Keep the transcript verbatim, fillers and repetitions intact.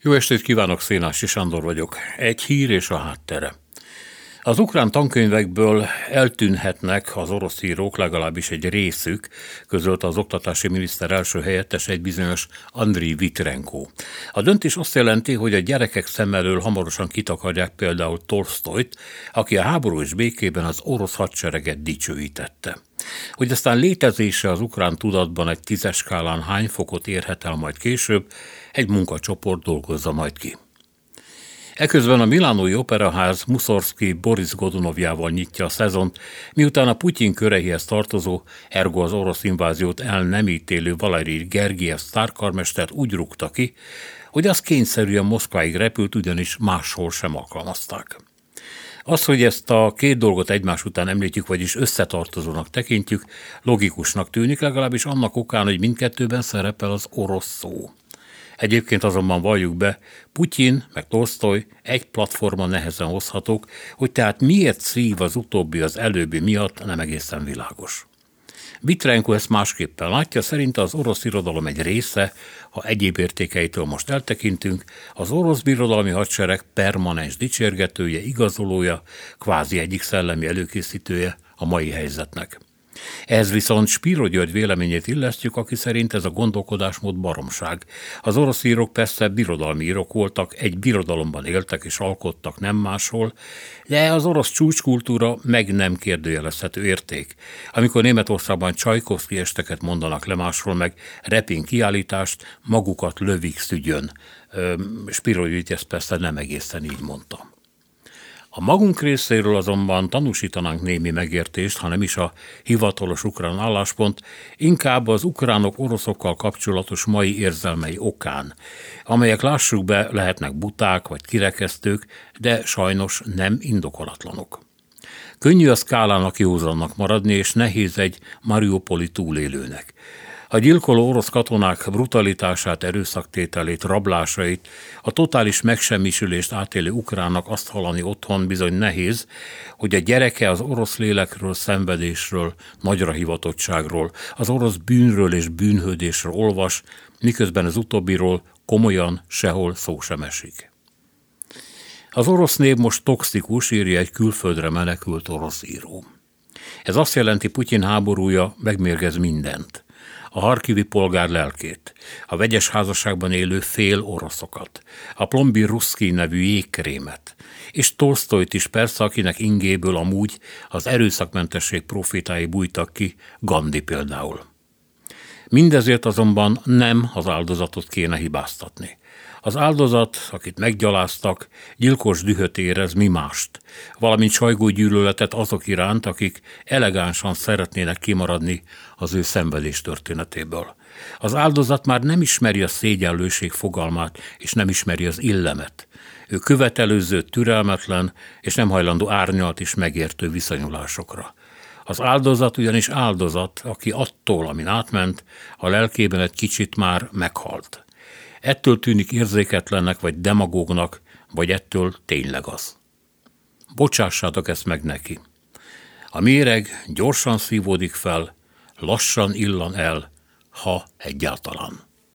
Jó estét kívánok, Szénási Sándor vagyok. Egy hír és a háttere. Az ukrán tankönyvekből eltűnhetnek az orosz írók, legalábbis egy részük, közölte az oktatási miniszter első helyettes, egy bizonyos Andriy Vitrenko. A döntés azt jelenti, hogy a gyerekek szem elől hamarosan kitakarják például Tolsztojt, aki a háború és békében az orosz hadsereget dicsőítette. Hogy aztán létezése az ukrán tudatban egy tízes skálán hány fokot érhet el majd később, egy munkacsoport dolgozza majd ki. Eközben a Milánói Operaház Mussorgsky Boris Godunovjával nyitja a szezont, miután a Putyin köreihez tartozó, ergo az orosz inváziót el nem ítélő Valerij Gergiev sztárkarmestert úgy rúgta ki, hogy az kényszerűen Moszkváig repült, ugyanis máshol sem alkalmazták. Az, hogy ezt a két dolgot egymás után említjük, vagyis összetartozónak tekintjük, logikusnak tűnik, legalábbis annak okán, hogy mindkettőben szerepel az orosz szó. Egyébként azonban valljuk be, Putyin meg Tolsztoj egy platformon nehezen hozhatók, hogy tehát miért szív az utóbbi az előbbi miatt, nem egészen világos. Vitrenko ezt másképpen látja, szerint az orosz irodalom egy része, ha egyéb értékeitől most eltekintünk, az orosz birodalmi hadsereg permanens dicsérgetője, igazolója, kvázi egyik szellemi előkészítője a mai helyzetnek. Ehhez viszont Spiro György véleményét illesztjük, aki szerint ez a gondolkodásmód baromság. Az orosz írók persze birodalmi írók voltak, egy birodalomban éltek és alkottak, nem máshol, de az orosz csúcskultúra meg nem kérdőjelezhető érték. Amikor Németországban Csajkovszky esteket mondanak le, máshol meg Repin kiállítást, magukat lövik szügyön. Spiro György ezt persze nem egészen így mondta. A magunk részéről azonban tanúsítanánk némi megértést, ha nem is a hivatalos ukrán álláspont, inkább az ukránok oroszokkal kapcsolatos mai érzelmei okán, amelyek lássuk be lehetnek buták vagy kirekesztők, de sajnos nem indokolatlanok. Könnyű a szkálának józannak maradni, és nehéz egy mariupoli túlélőnek. A gyilkoló orosz katonák brutalitását, erőszaktételét, rablásait, a totális megsemmisülést átélő ukránnak azt hallani otthon bizony nehéz, hogy a gyereke az orosz lélekről, szenvedésről, nagyra hivatottságról, az orosz bűnről és bűnhődésről olvas, miközben az utóbbiról komolyan sehol szó sem esik. Az orosz nép most toxikus, írja egy külföldre menekült orosz író. Ez azt jelenti, Putyin háborúja megmérgez mindent. A harkivi polgár lelkét, a vegyes házasságban élő fél oroszokat, a Plombi Ruszkij nevű jégkrémet, és Tolsztojt is persze, akinek ingéből amúgy az erőszakmentesség profétái bújtak ki, Gandhi például. Mindezért azonban nem az áldozatot kéne hibáztatni. Az áldozat, akit meggyaláztak, gyilkos dühöt érez, mi mást, valamint Sajgó gyűlöletet azok iránt, akik elegánsan szeretnének kimaradni az ő szenvedés történetéből. Az áldozat már nem ismeri a szégyenlőség fogalmát, és nem ismeri az illemet. Ő követelőző, türelmetlen, és nem hajlandó árnyalt és megértő viszonyulásokra. Az áldozat ugyanis áldozat, aki attól, amin átment, a lelkében egy kicsit már meghalt. Ettől tűnik érzéketlennek vagy demagógnak, vagy ettől tényleg az. Bocsássátok ezt meg neki. A méreg gyorsan szívódik fel, lassan illan el, ha egyáltalán.